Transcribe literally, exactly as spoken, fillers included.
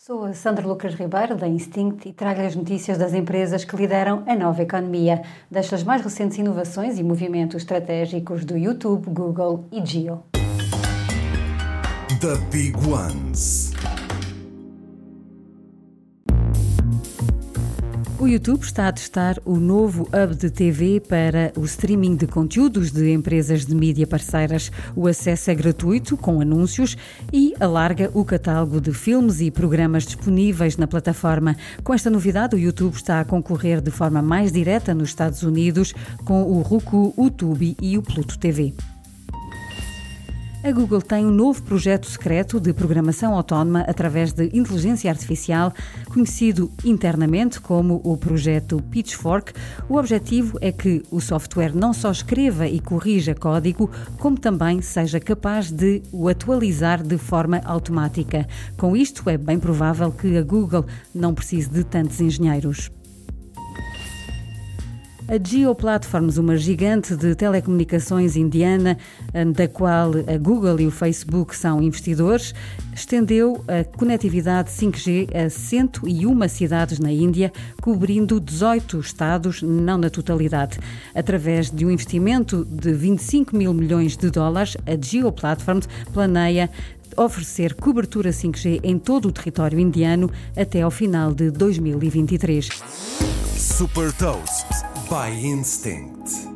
Sou a Sandra Lucas Ribeiro, da Instinct, e trago as notícias das empresas que lideram a nova economia, das mais recentes inovações e movimentos estratégicos do YouTube, Google e Jio. The Big Ones. O YouTube está a testar o novo hub de T V para o streaming de conteúdos de empresas de mídia parceiras. O acesso é gratuito, com anúncios, e alarga o catálogo de filmes e programas disponíveis na plataforma. Com esta novidade, o YouTube está a concorrer de forma mais direta nos Estados Unidos com o Roku, o Tubi e o Pluto T V. A Google tem um novo projeto secreto de programação autónoma através de inteligência artificial, conhecido internamente como o projeto Pitchfork. O objetivo é que o software não só escreva e corrija código, como também seja capaz de o atualizar de forma automática. Com isto, é bem provável que a Google não precise de tantos engenheiros. A Jio Platforms, uma gigante de telecomunicações indiana, da qual a Google e o Facebook são investidores, estendeu a conectividade cinco G a cento e uma cidades na Índia, cobrindo dezoito estados, não na totalidade. Através de um investimento de vinte e cinco mil milhões de dólares, a Jio Platforms planeia oferecer cobertura cinco G em todo o território indiano até ao final de dois mil e vinte e três. Super Toast by Instinct.